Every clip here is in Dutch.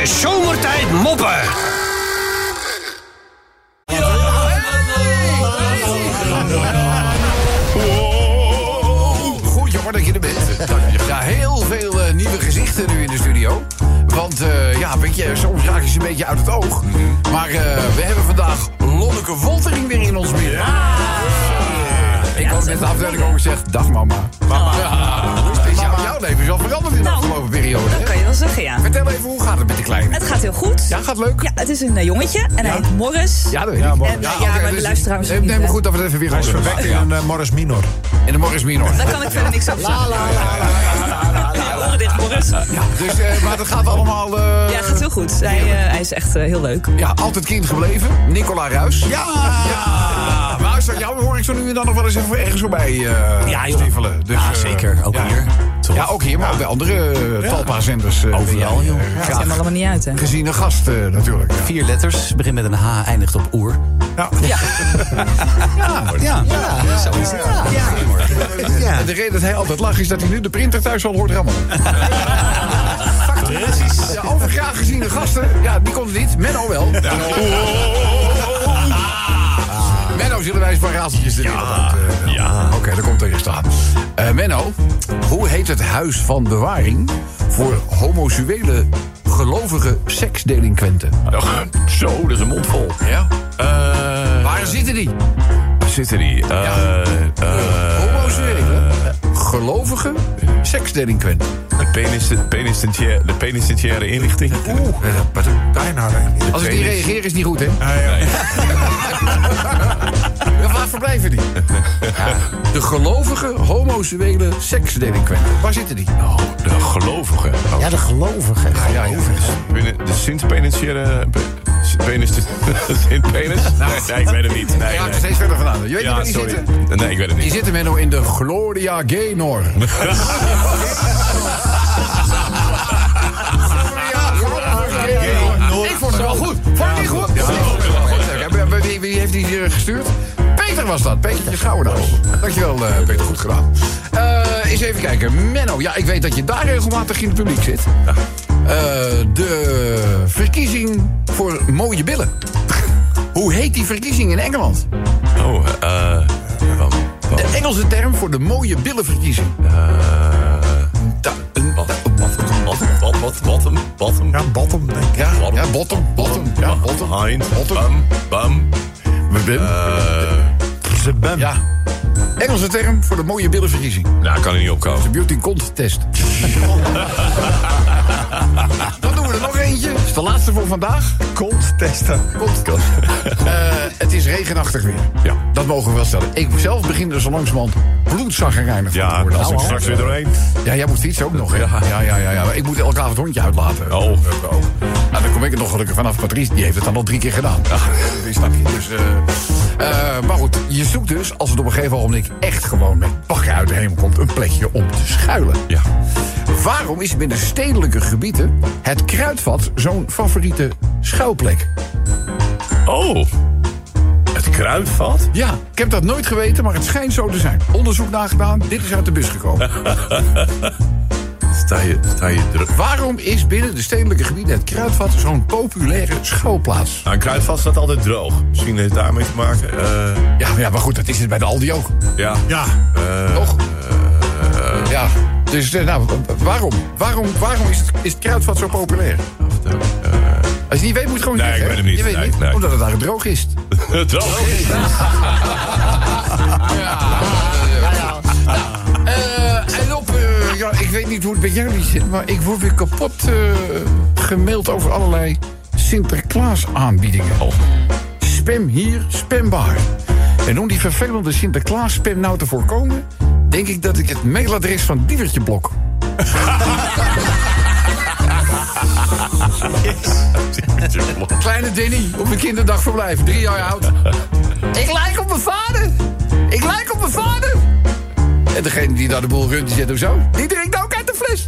Zomertijd moppen. Goed jongen dat je er bent. Ja, heel veel nieuwe gezichten nu in de studio. Want weet je, soms raak je ze een beetje uit het oog. Maar we hebben vandaag Lonneke Woltering weer in ons midden. Ik had net de afdeling ook gezegd, dag mama. Jouw leven is al veranderd in de afgelopen periode. Dat kan je wel zeggen, ja. Vertel even, hoe gaat het met de kleine? Het gaat heel goed. Ja, gaat leuk? Ja, het is een jongetje en hij heet Morris. Ja, dat weet ik. En, maar de luisteraars niet. Neem me goed dat we het even weer Hij is verwekt in een Morris Minor. In de Morris Minor. Daar kan ik verder niks over zeggen. Oren dicht, Morris. Dus, maar dat gaat allemaal... Ja, het gaat heel goed. Hij is echt heel leuk. Ja, altijd kind gebleven. Nicola Ruijs. Ja! Maar is dat jou? Hoor ik zo nu en dan nog wel eens even ergens voorbij stiefelen. Dus, Zeker. Ook hier. Ja, ook hier, maar ook bij andere Talpa-zenders. Overal, joh. Het komt allemaal niet uit, hè. Gezien een gast natuurlijk. Ja. 4 letters, begint met een H, eindigt op oer. Ja. Zo is het. En de reden dat hij altijd lacht is dat hij nu de printer thuis al hoort rammelen. Precies. Ja, overgraag geziene gasten, ja, die komt niet. Menno wel. Menno, zullen wij eens een paar raadseltjes erin? Oké, daar komt er staan. Menno, hoe heet het huis van bewaring voor homoseksuele gelovige seksdelinquenten? Zo, dat is een mond vol. Ja? Waar zitten die? Waar zitten die? Homoseksuele gelovige seksdelinquenten. De penitentiaire inrichting. Bijna. Als ik niet reageer is het niet goed, hè? Waar verblijven die? De gelovige homoseksuele seksdelinquenten. Waar zitten die? Oh, de gelovigen. Oh. Ja, de gelovigen. Ja. Binnen de Sint-penitentiaire... Sint-penis? Nee, ik weet het niet. Nee, Ja, steeds verder vandaan. Je weet niet waar die sorry. zitten? Nee, ik weet het Die niet. zitten Menno in de Gloria Gaynor. Ik vond het wel goed. Vond je het niet goed? Wie heeft die hier gestuurd? Peter was dat. Peter Schouwerdouw. Dankjewel, Peter. Goed gedaan. Eens even kijken. Menno, ja, ik weet dat je daar regelmatig in het publiek zit. De verkiezing voor mooie billen. Hoe heet die verkiezing in Engeland? De Engelse term voor de mooie billenverkiezing. Bottom. Ja, bottom, denk ik. Ja, bottom. Ja, bottom. Hind. Bottom. Bum. Ja. Engelse term voor de mooie billenverkiezing. Nou, kan er niet opkomen. De beauty contest. Dan doen we er nog eentje. Dat is de laatste voor vandaag. Kont testen. Het is regenachtig weer. Ja. Dat mogen we wel stellen. Ik zelf begin er zo langzamerhand bloedzaggerijnig van te Ja, worden. als ik straks weer doorheen. Ja, jij moet fietsen ook nog, hè? Ja. Maar ik moet elke avond het hondje uitlaten. Oh. Nou, dan kom ik er nog gelukkig vanaf. Patrice, die heeft het dan al 3 keer gedaan. Ja, snap je. Dus, maar goed, je zoekt dus, als het op een gegeven ogenblik echt gewoon met bagger uit de hemel komt, een plekje om te schuilen. Ja. Waarom is binnen stedelijke gebieden het Kruidvat zo'n favoriete schuilplek? Oh. Het Kruidvat? Ja, ik heb dat nooit geweten, maar het schijnt zo te zijn. Onderzoek nagedaan, dit is uit de bus gekomen. Sta je druk? Waarom is binnen de stedelijke gebieden het Kruidvat zo'n populaire schuilplaats? Nou, een Kruidvat staat altijd droog. Misschien heeft het daarmee te maken. Ja, maar goed, dat is het bij de Aldi ook. Ja. Toch? Ja, dus waarom is het Kruidvat zo populair? Als je niet weet, moet je gewoon Nee, zeggen. ik weet het niet. Je weet Nee, niet, nee. omdat het daar droog is. Droog is. En op, ik weet niet hoe het bij jullie zit, maar ik word weer kapot gemaild over allerlei Sinterklaas aanbiedingen. Spam hier, spambaar. En om die vervelende Sinterklaas spam nou te voorkomen, denk ik dat ik het mailadres van Diewertje blok. Kleine Danny op een kinderdagverblijf, 3 jaar oud. Ik lijk op mijn vader. En degene die daar de boel runt, die zegt ook zo. Die drinkt ook uit de fles.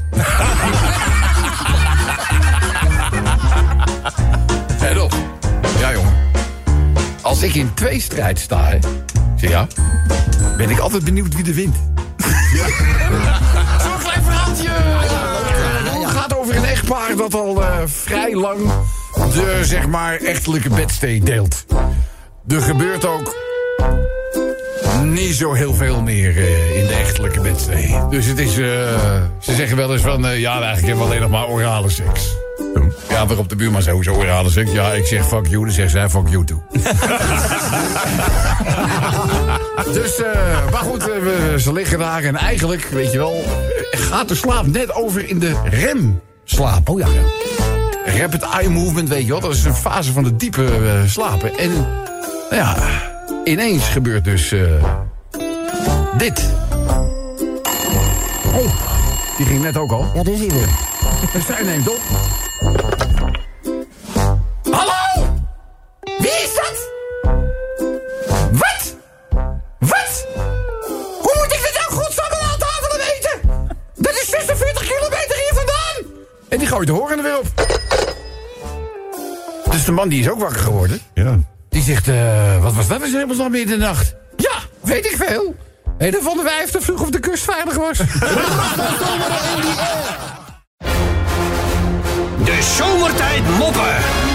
En op. Ja, jongen. Als ik in 2-strijd sta, hè, zeg ja, ben ik altijd benieuwd wie er wint. Ja. Zo'n klein verhaaltje. Het gaat over een echtpaar paar dat al vrij lang de, zeg maar, echtelijke bedstee deelt. Er gebeurt ook niet zo heel veel meer in de echtelijke bedstee. Dus het is, ze zeggen wel eens van, ja, eigenlijk hebben we alleen nog maar orale seks. Ja, waarop de buurman zei, hoezo orale seks? Ja, ik zeg fuck you, dan zegt zij fuck you too. Dus, maar goed, ze liggen daar en eigenlijk, weet je wel, gaat de slaap net over in de remslaap. Oh ja. Rapid eye movement, weet je wel, dat is een fase van de diepe slapen. En, nou ja, ineens gebeurt dus dit. Hey, Die ging net ook al. ja, daar is hij weer. Dus zij neemt op. Hallo? Wie is dat? Wat? Wat? Hoe moet ik dit nou godsdamme aan tafel weten? Dat is 46 kilometer hier vandaan. En die gooit de horen er weer op. Dus de man die is ook wakker geworden. Ja. Die zegt, wat was dat eens helemaal midden in de nacht? Ja, weet ik veel. En dan vonden wij even te vroeg of de kust veilig was. De zomertijd moppen.